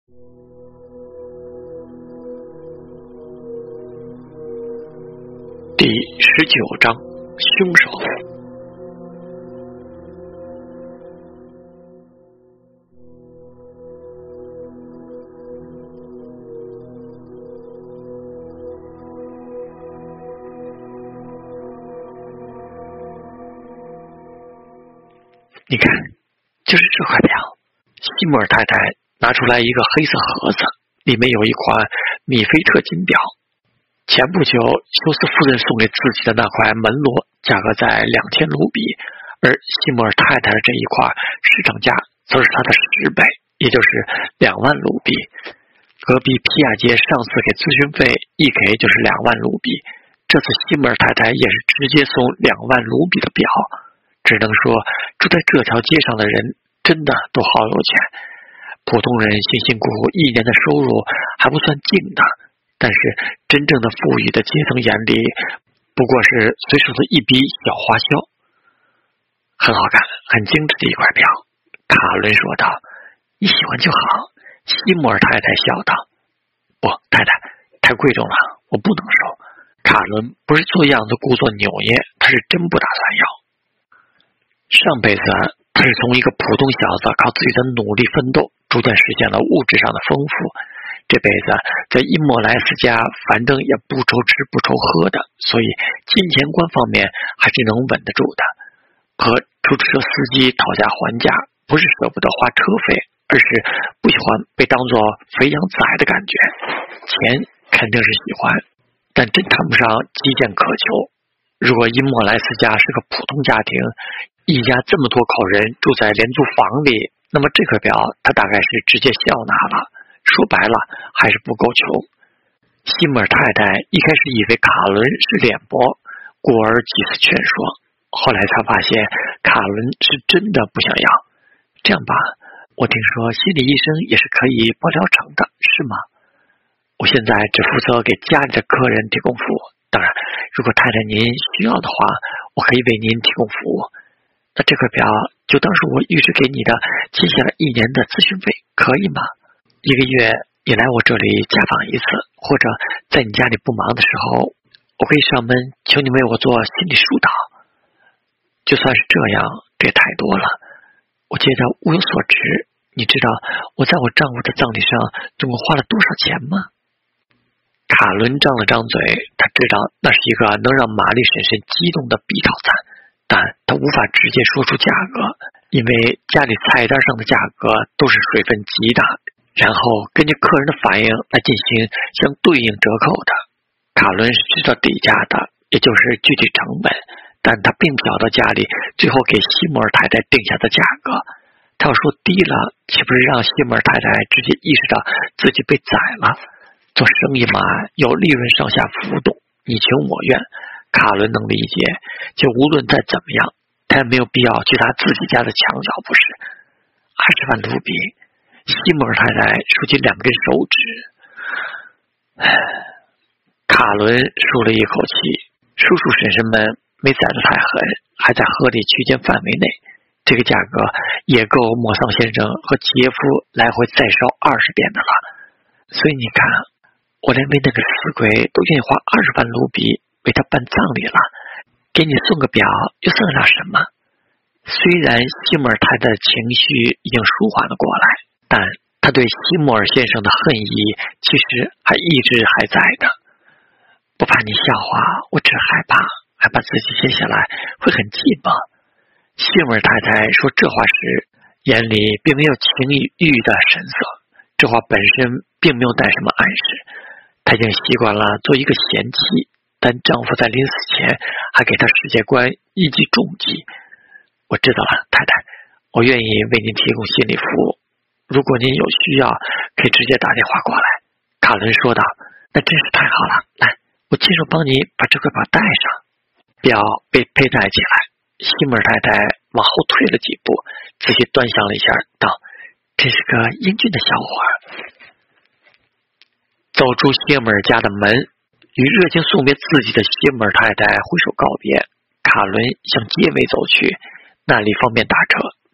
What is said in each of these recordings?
第19章，凶手。你看，就是这块表。西姆尔太太拿出来一个黑色盒子，里面有一款米菲特金表。前不久，休斯夫人送给自己的那块门罗价格在2000卢比，而西姆尔太太的这一块市场价则是它的10倍，也就是2万卢比。隔壁皮亚杰上次给咨询费一给就是2万卢比，这次西姆尔太太也是直接送2万卢比的表。只能说住在这条街上的人真的都好有钱，普通人辛辛苦苦一年的收入还不算净的，但是真正的富裕的阶层眼里不过是随手的一笔小花销。很好看，很精致的一块表，卡伦说道。你喜欢就好。西姆尔太太笑道。不，太太，太贵重了，我不能收。卡伦不是做样子故作扭捏，他是真不打算要。上辈子他是从一个普通小子靠自己的努力奋斗逐渐实现了物质上的丰富，这辈子在伊莫莱斯家反正也不愁吃不愁喝的，所以金钱观方面还是能稳得住的。和出租车司机讨价还价，不是舍不得花车费，而是不喜欢被当作肥羊崽的感觉。钱肯定是喜欢，但真谈不上极简渴求。如果伊莫莱斯家是个普通家庭，一家这么多口人住在廉租房里，那么这块表他大概是直接笑纳了。说白了还是不够穷。西姆尔太太一开始以为卡伦是脸薄，故而几次劝说，后来才发现卡伦是真的不想要。这样吧，我听说心理医生也是可以包疗程的，是吗？我现在只负责给家里的客人提供服务，当然如果太太您需要的话，我可以为您提供服务。那这块表就当是我预支给你的接下来1年的咨询费，可以吗？1个月也来我这里家访一次，或者在你家里不忙的时候，我可以上门求你为我做心理疏导。就算是这样，这也太多了，我觉得物有所值。你知道我在我丈夫的葬礼上总共花了多少钱吗？卡伦张了张嘴，他知道那是一个能让玛丽婶婶激动的 B 套餐，但他无法直接说出价格，因为家里菜单上的价格都是水分极大，然后根据客人的反应来进行相对应折扣的。卡伦是知道底价的，也就是具体成本，但他并不晓得家里最后给西姆尔太太定下的价格。他要说低了，岂不是让西姆尔太太直接意识到自己被宰了？做生意嘛，有利润上下浮动，你情我愿，卡伦能理解。就无论再怎么样，他也没有必要去他自己家的墙角，不是？20万卢比。西姆尔太太竖起2根手指。卡伦舒了一口气，叔叔婶婶们没宰得太狠，还在合理区间范围内，这个价格也够莫桑先生和杰夫来回再烧20遍的了。所以你看，我连为那个死鬼都愿意花20万卢比为他办葬礼了，给你送个表又算得了什么？虽然西姆尔太太的情绪已经舒缓了过来，但他对西姆尔先生的恨意其实还一直还在的。不怕你笑话，我只害怕自己接下来会很寂寞。西姆尔太太说这话时，眼里并没有情欲的神色，这话本身并没有带什么暗示。她已经习惯了做一个贤妻，但丈夫在临死前还给她世界观一记重击。我知道了，太太，我愿意为您提供心理服务，如果您有需要可以直接打电话过来。卡伦说道。那真是太好了，来，我亲手帮你把这块表戴上。表被佩戴起来，西姆尔太太往后退了几步，仔细端详了一下，道：真是个英俊的小伙儿。走出西姆尔家的门，与热情送别自己的西姆尔太太挥手告别。卡伦向街尾走去，那里方便打车，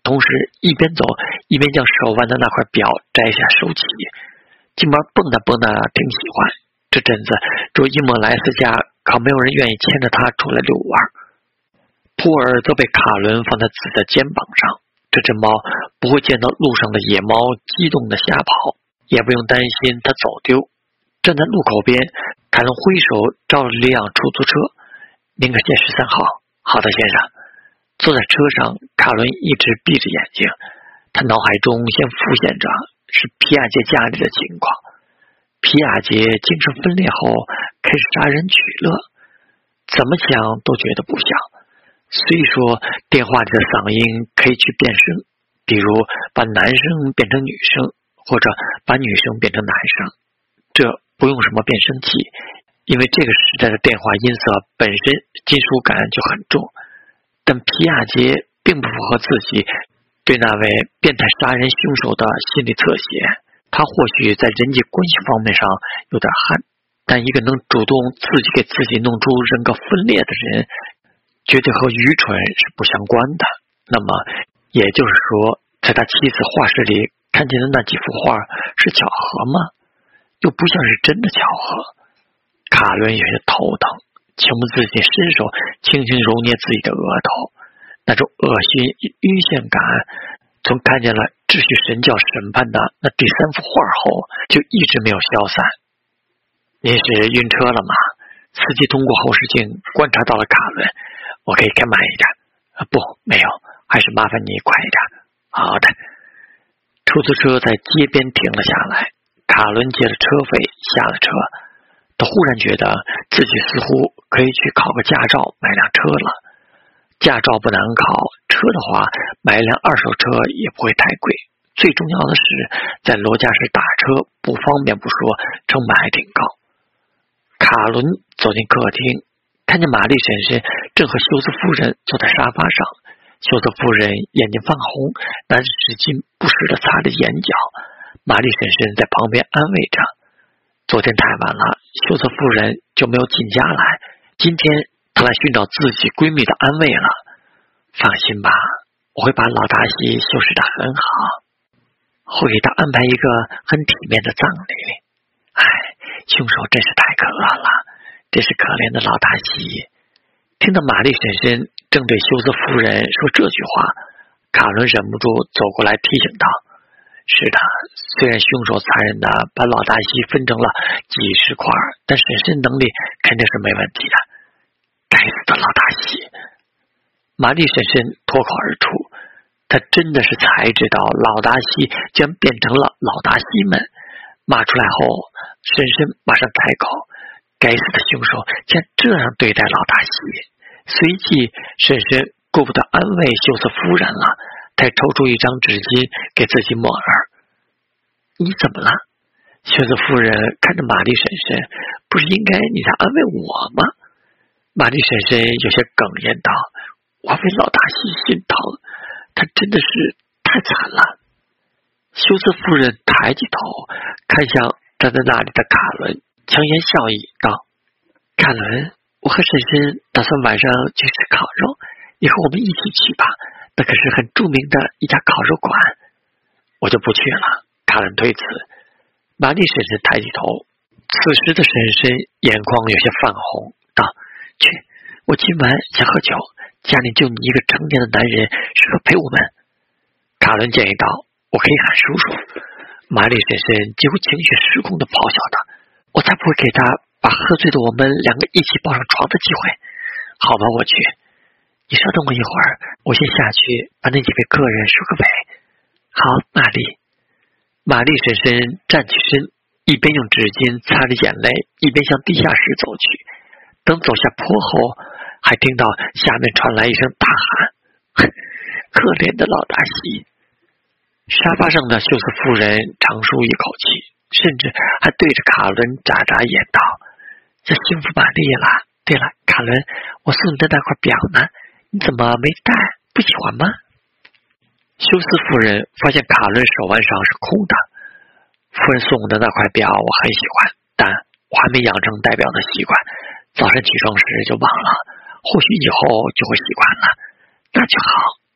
同时一边走一边将手腕的那块表摘下收起。金毛蹦跶蹦跶挺喜欢，这阵子住伊莫莱斯家可没有人愿意牵着它出来遛弯。普洱则被卡伦放在自己的肩膀上，这只猫不会见到路上的野猫激动地瞎跑，也不用担心它走丢。站在路口边，卡伦挥手招了一辆出租车。您可限13号。好的，先生。坐在车上，卡伦一直闭着眼睛，他脑海中先浮现着是皮亚杰家里的情况。皮亚杰精神分裂后开始杀人取乐，怎么想都觉得不像。虽说电话里的嗓音可以去变声，比如把男生变成女生，或者把女生变成男生，这不用什么变声器，因为这个时代的电话音色本身金属感就很重。但皮亚杰并不符合自己对那位变态杀人凶手的心理侧写，他或许在人际关系方面上有点憨，但一个能主动自己给自己弄出人格分裂的人，绝对和愚蠢是不相关的。那么也就是说，在他妻子画室里看见的那几幅画是巧合吗？又不像是真的巧合。卡伦有些头疼，情不自禁伸手轻轻揉捏自己的额头，那种恶心晕眩感从看见了秩序神教审判的那第3幅画后就一直没有消散。您是晕车了吗？司机通过后视镜观察到了卡伦。我可以开慢一点。不，没有，还是麻烦你快一点。好的。出租车在街边停了下来，卡伦结了车费，下了车。他忽然觉得自己似乎可以去考个驾照，买辆车了。驾照不难考，车的话买一辆2手车也不会太贵。最重要的是，在罗家市打车不方便不说，成本还挺高。卡伦走进客厅，看见玛丽婶婶正和休斯夫人坐在沙发上。休斯夫人眼睛泛红，拿着纸巾不时地擦着眼角。玛丽婶婶在旁边安慰着。昨天太晚了，休斯夫人就没有进家来，今天她来寻找自己闺蜜的安慰了。放心吧，我会把老大西修饰得很好，会给她安排一个很体面的葬礼。哎，凶手真是太可恶了，真是可怜的老大西。听到玛丽婶婶正对休斯夫人说这句话，卡伦忍不住走过来提醒道：是的，虽然凶手残忍的把老大西分成了几10块，但婶婶能力肯定是没问题的。该死的老大西！玛丽婶婶脱口而出，她真的是才知道老大西居然变成了老大西们。骂出来后，婶婶马上开口：该死的凶手竟然这样对待老大西！随即，婶婶顾不得安慰休斯夫人了，她抽出一张纸巾给自己抹耳。你怎么了？休斯夫人看着玛丽婶婶，不是应该你在安慰我吗？玛丽婶婶有些哽咽道：我为老大西心疼，他真的是太惨了。休斯夫人抬起头看向站在那里的卡伦，强颜笑意道：卡伦，我和婶婶打算晚上去吃烤肉，以后我们一起去吧，那可是很著名的一家烤肉馆。我就不去了，卡伦推辞。玛丽婶婶抬起头，此时的婶婶眼眶有些泛红，道：去，我今晚想喝酒，家里就你一个成年的男人适合陪我们。卡伦建议道：我可以喊叔叔。玛丽婶婶几乎情绪失控地咆哮道：我才不会给他把喝醉的我们2个一起抱上床的机会。好吧，我去。你稍等我一会儿，我先下去把那几位客人说个尾。好，玛丽。玛丽婶婶站起身，一边用纸巾擦着眼泪，一边向地下室走去。等走下坡后，还听到下面传来一声大喊：可怜的老大西！沙发上的休斯夫人长舒一口气，甚至还对着卡伦眨眨眼道：要幸福玛丽了。对了，卡伦，我送你的那块表呢？你怎么没带？不喜欢吗？休斯夫人发现卡伦手腕上是空的。夫人送我的那块表我很喜欢，但我还没养成戴表的习惯，早上起床时就忘了，或许以后就会习惯了。那就好，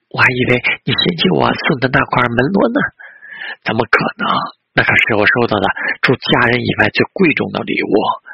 我还以为你嫌弃我送的那块门螺呢。怎么可能？那可是我收到的除家人以外最贵重的礼物。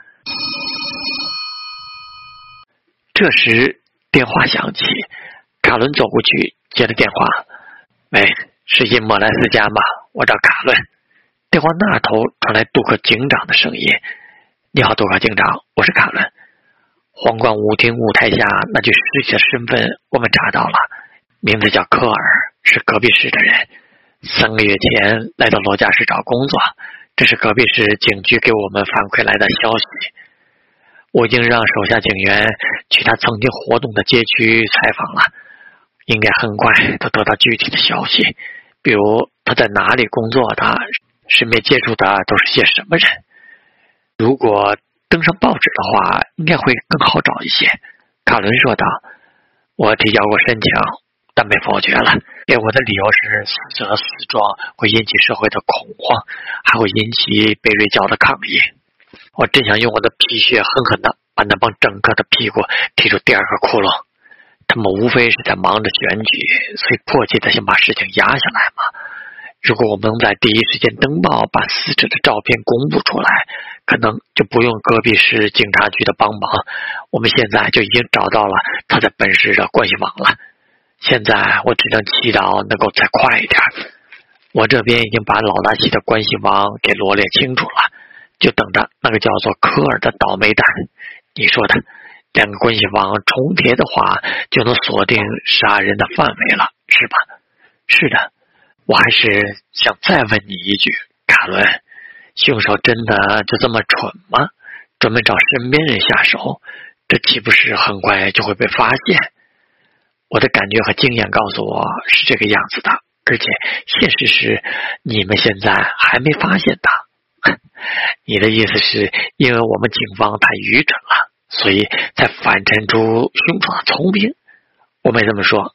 这时电话响起，卡伦走过去接了电话。喂，是因莫莱斯家吗？我找卡伦。电话那头传来杜克警长的声音。你好，杜克警长，我是卡伦。皇冠舞厅舞台下那具尸体的身份我们查到了，名字叫科尔，是隔壁市的人。3个月前来到罗家市找工作，这是隔壁市警局给我们反馈来的消息。我已经让手下警员去他曾经活动的街区采访了，应该很快都得到具体的消息，比如他在哪里工作的，身边接触的都是些什么人。如果登上报纸的话，应该会更好找一些。卡伦说道。我提交过申请，但被否决了，给我的理由是死者的死状会引起社会的恐慌，还会引起贝瑞教的抗议。我真想用我的皮靴狠狠地把那帮政客的屁股踢出第2个窟窿。他们无非是在忙着选举，所以迫切地想把事情压下来嘛。如果我们能在第一时间登报，把死者的照片公布出来，可能就不用隔壁市警察局的帮忙，我们现在就已经找到了他在本市的关系网了。现在我只能祈祷能够再快一点。我这边已经把老大西的关系网给罗列清楚了，就等着那个叫做科尔的倒霉蛋。你说的2个关系网重叠的话，就能锁定杀人的范围了，是吧？是的。我还是想再问你一句，卡伦，凶手真的就这么蠢吗？专门找身边人下手，这岂不是很快就会被发现？我的感觉和经验告诉我是这个样子的，而且现实是你们现在还没发现他。你的意思是因为我们警方太愚蠢了，所以才反衬出凶手的聪明？我没这么说。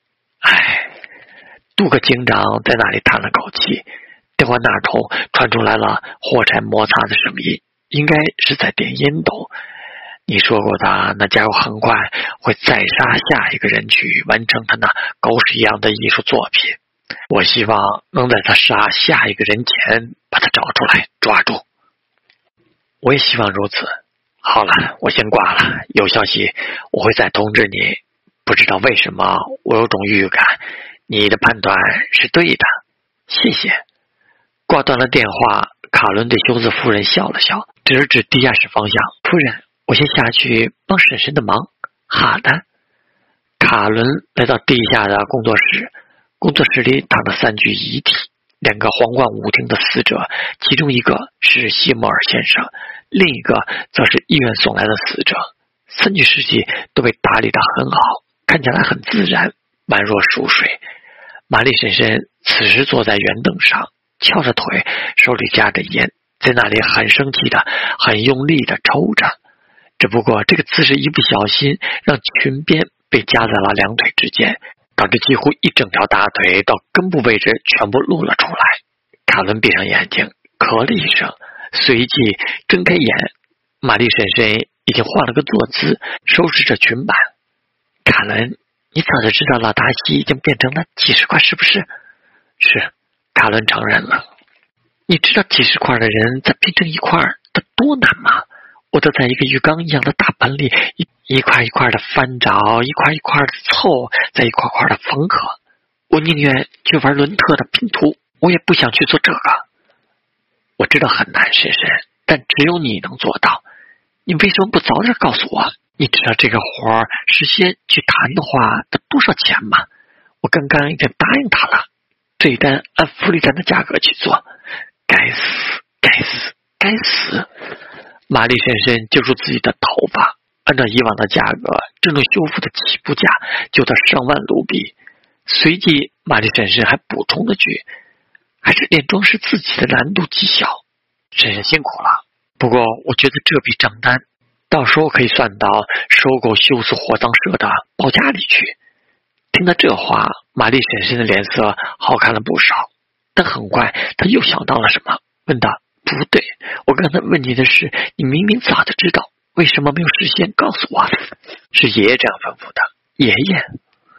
杜克警长在那里叹了口气，电话那头传出来了火柴摩擦的声音，应该是在点烟斗。你说过的那家伙很快会再杀下一个人去完成他那狗屎一样的艺术作品。我希望能在他杀下一个人前把他找出来抓住。我也希望如此。好了，我先挂了，有消息我会再通知你。不知道为什么我有种预感你的判断是对的，谢谢。挂断了电话，卡伦对休斯夫人笑了笑，指了指地下室方向。夫人，我先下去帮婶婶的忙。好的。卡伦来到地下的工作室，工作室里躺着3具遗体，2个皇冠舞厅的死者，其中一个是西摩尔先生，另一个则是医院送来的死者。3具尸体都被打理得很好，看起来很自然，宛若熟睡。玛丽婶婶此时坐在圆凳上，翘着腿，手里夹着烟，在那里很生气的、很用力的抽着。只不过这个姿势一不小心，让裙边被夹在了2腿之间，导致几乎一整条大腿到根部位置全部露了出来。卡伦闭上眼睛，咳了一声，随即睁开眼。玛丽婶婶已经换了个坐姿，收拾着裙摆。卡伦，你早就知道老达西已经变成了几十块，是不是？是，卡伦承认了。你知道几十块的人再拼成一块的多难吗？我都在一个鱼缸一样的大盆里一块一块的翻找，一块一块的凑，再一块块的缝合。我宁愿去玩伦特的拼图，我也不想去做这个。我知道很难，婶婶，但只有你能做到。你为什么不早点告诉我？你知道这个活事先去谈的话得多少钱吗？我刚刚已经答应他了，这一单按福利站的价格去做。该死，该死，该死！玛丽婶婶揪住自己的头发，按照以往的价格，这种修复的起步价就得上万卢比。随即，玛丽婶婶还补充了句：“还是练装饰自己的难度极小。”婶婶辛苦了，不过我觉得这笔账单到时候可以算到收购休斯火葬社的报价里去。听到这话，玛丽婶婶的脸色好看了不少，但很快她又想到了什么，问道：“不对，我刚才问你的是，你明明早就知道，为什么没有事先告诉我？”是爷爷这样吩咐的。爷爷，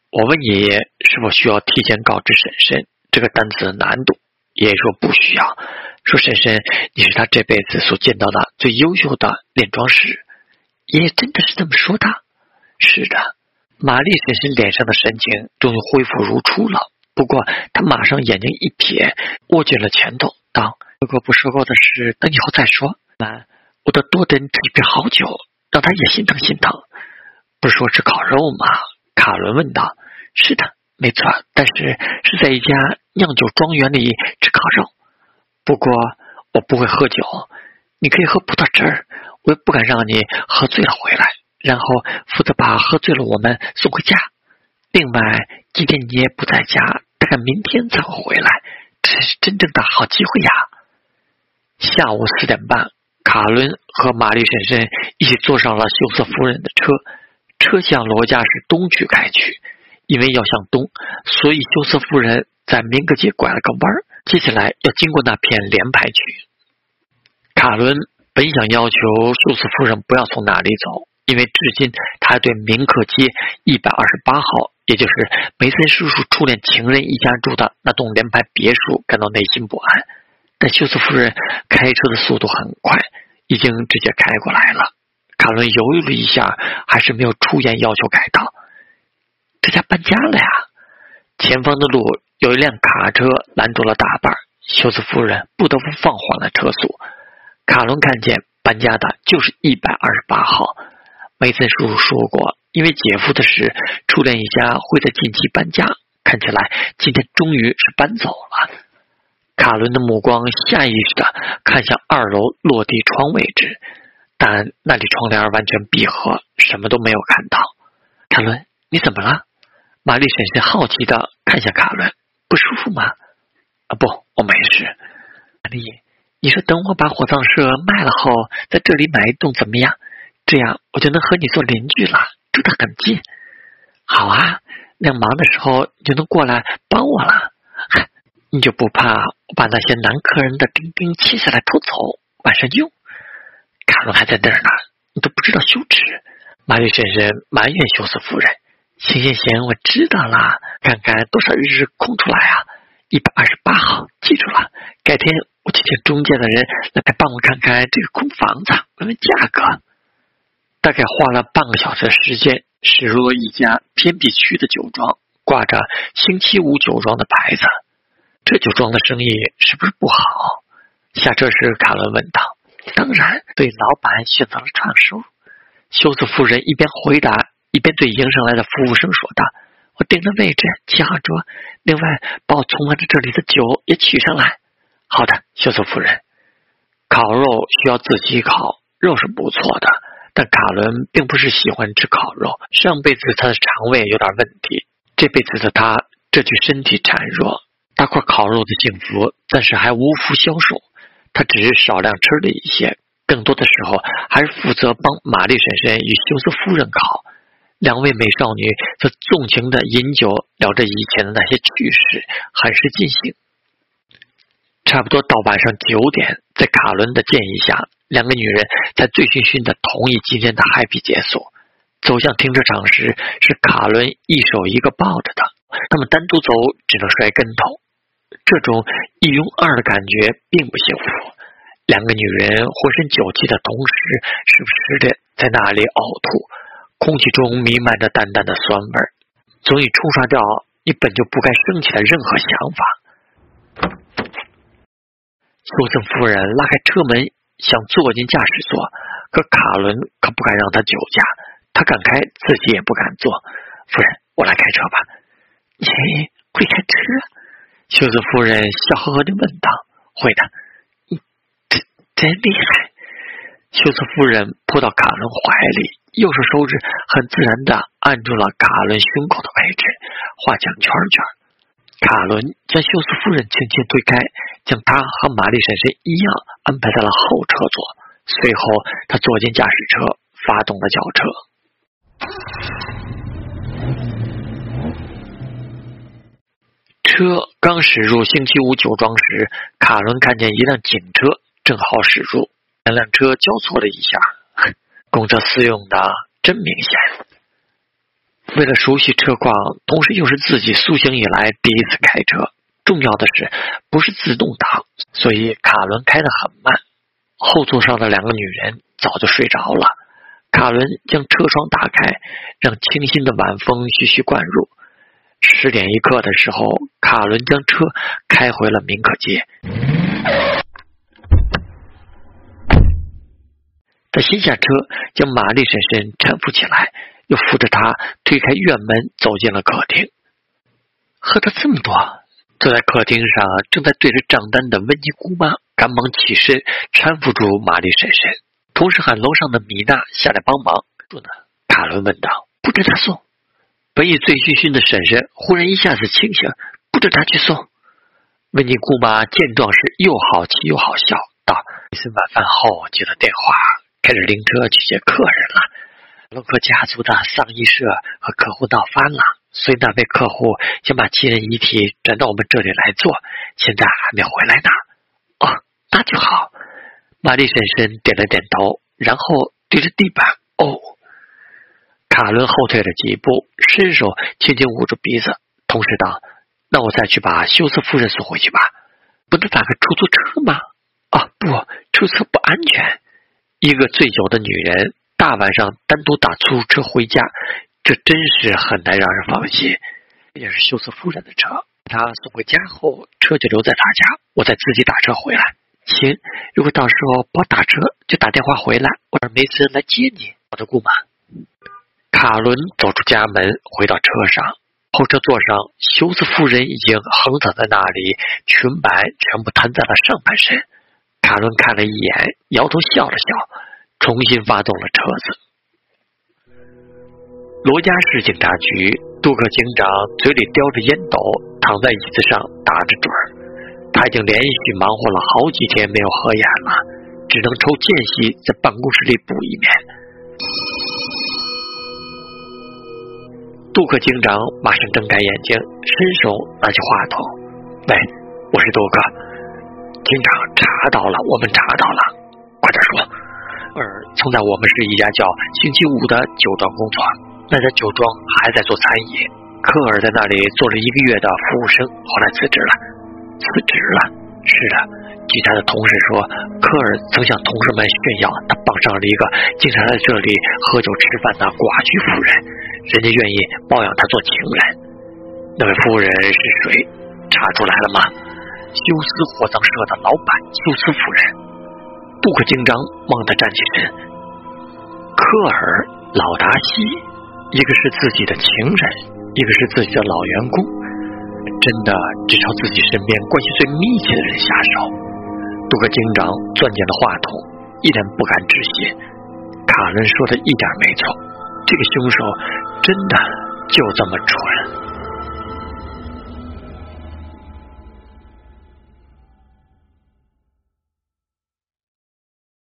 我问爷爷是否需要提前告知婶婶这个单词的难度，爷爷说不需要，说婶婶你是他这辈子所见到的最优秀的炼妆师。爷爷真的是这么说的？是的。玛丽婶婶脸上的神情终于恢复如初了，不过她马上眼睛一瞥，握紧了拳头，道：如果不说过的事等以后再说，我得多等这一杯好酒，让他也心疼心疼。不是说吃烤肉吗？卡伦问道。是的，没错，但是是在一家酿酒庄园里吃烤肉。不过我不会喝酒，你可以喝葡萄汁儿，我也不敢让你喝醉了回来，然后负责把喝醉了我们送回家。另外，今天你也不在家，大概明天才会回来，这是真正的好机会呀。下午4点半，卡伦和玛丽婶婶一起坐上了休斯夫人的车，车向罗家市东区开去。因为要向东，所以休斯夫人在民格街拐了个弯儿，接下来要经过那片联排区。卡伦本想要求休斯夫人不要从那里走，因为至今他还对民克街128号，也就是梅森叔叔初恋情人一家住的那栋联排别墅感到内心不安。但休斯夫人开车的速度很快，已经直接开过来了。卡伦犹豫了一下，还是没有出言要求改道。这家搬家了呀！前方的路有一辆卡车拦住了大半，休斯夫人不得不放缓了车速。卡伦看见搬家的就是128号。梅森叔叔说过，因为姐夫的事，初恋一家会在近期搬家，看起来今天终于是搬走了。卡伦的目光下意识地看向2楼落地窗位置，但那里窗帘完全闭合，什么都没有看到。卡伦，你怎么了？玛丽婶婶好奇地看向卡伦，不舒服吗？不，我没事。玛丽，你说等我把火葬社卖了后，在这里买一栋怎么样？这样我就能和你做邻居了，住得很近。好啊，那样忙的时候你就能过来帮我了。你就不怕我把那些男客人的钉钉切下来偷走，晚上用？卡伦还在那儿呢，你都不知道羞耻。玛丽婶婶埋怨休斯夫人。行，我知道了，看看多少日空出来啊！128号，记住了，改天我去请中介的人来帮我看看这个空房子，问问价格。大概花了半个小时的时间，驶入了一家偏僻区的酒庄，挂着星期五酒庄的牌子。这酒庄的生意是不是不好？下车时卡伦问道。当然，所以老板选择了创收。休斯夫人一边回答，一边对迎上来的服务生说道：我订了位置，7号桌，另外把我从完这里的酒也取上来。好的，休斯夫人。烤肉需要自己烤，肉是不错的，但卡伦并不是喜欢吃烤肉，上辈子他的肠胃有点问题，这辈子的他这具身体孱弱，大块烤肉的幸福暂时还无福消受，他只是少量吃了一些，更多的时候还是负责帮玛丽婶婶与休斯夫人烤。两位美少女则纵情地饮酒，聊着以前的那些趣事，很是尽兴。差不多到晚上9点，在卡伦的建议下，两个女人才醉醺醺地同意今天的 happy 结束。走向停车场时，是卡伦一手一个抱着的，他们单独走只能摔跟头。这种一拥二的感觉并不幸福。两个女人浑身酒气的同时，时不时地在那里呕吐，空气中弥漫着淡淡的酸味，足以冲刷掉你本就不该升起的任何想法。休斯夫人拉开车门，想坐进驾驶座，可卡伦可不敢让他酒驾，他敢开，自己也不敢坐。夫人，我来开车吧。你会开车？休斯夫人笑呵呵地问道。会的。你真厉害。休斯夫人扑到卡伦怀里，右手手指很自然地按住了卡伦胸口的位置，画将圈圈。卡伦将休斯夫人轻轻推开，将她和玛丽婶婶一样安排在了后车座。随后他坐进驾驶车，发动了轿车。车刚驶入星期五酒庄时，卡伦看见一辆警车正好驶入，两辆车交错了一下，公车私用的真明显。 为了熟悉车况，同时又是自己苏醒以来第一次开车，重要的是不是自动挡，所以卡伦开得很慢。后座上的2个女人早就睡着了。卡伦将车窗打开，让清新的晚风徐徐灌入。10点1刻的时候，卡伦将车开回了民可街。他先下车，将玛丽婶婶搀扶起来，又扶着她推开院门，走进了客厅。喝了这么多，坐在客厅上正在对着账单的温妮姑妈赶忙起身搀扶住玛丽婶婶，同时喊楼上的米娜下来帮忙。住呢？卡伦问道。不准他送。本已醉醺醺的婶婶忽然一下子清醒，不准他去送。温妮姑妈见状是又好气又好笑，道：一次晚饭后接了电话，开着灵车去接客人了。洛克家族的丧仪社和客户闹翻了，所以那位客户想把亲人遗体转到我们这里来做，现在还没回来呢。哦，那就好。玛丽婶婶点了点头，然后对着地板卡伦后退了几步，伸手轻轻捂住鼻子，同时道：那我再去把休斯夫人送回去吧。不能打个出租车吗？不，出租车不安全。一个醉酒的女人大晚上单独打出租车回家，这真是很难让人放心。这也是休斯夫人的车，她送回家后，车就留在她家，我再自己打车回来。行，如果到时候不好打车，就打电话回来，我让梅斯来接你。好的，姑妈。卡伦走出家门，回到车上。后车座上，休斯夫人已经横躺在那里，裙摆全部摊在了上半身。卡伦看了一眼，摇头笑了笑，重新发动了车子。罗家市警察局，杜克警长嘴里叼着烟斗，躺在椅子上打着盹儿。他已经连续忙活了好几天没有合眼了，只能抽间隙在办公室里补一面。杜克警长马上睁开眼睛，伸手拿起话筒：喂，我是杜克。警长，查到了，我们查到了，快点说。曾在我们是一家叫星期五的酒庄工作，那家酒庄还在做餐饮，科尔在那里做了1个月的服务生，后来辞职了。是的，据他的同事说，科尔曾向同事们炫耀他傍上了一个经常在这里喝酒吃饭的寡居夫人，人家愿意包养他做情人。那位夫人是谁？查出来了吗？休斯火葬社的老板休斯夫人。杜克警长猛地站起身。科尔、老达西，一个是自己的情人，一个是自己的老员工，真的只朝自己身边关系最密切的人下手。杜克警长攥紧了话筒，依然不敢置信。卡伦说的一点没错，这个凶手真的就这么蠢。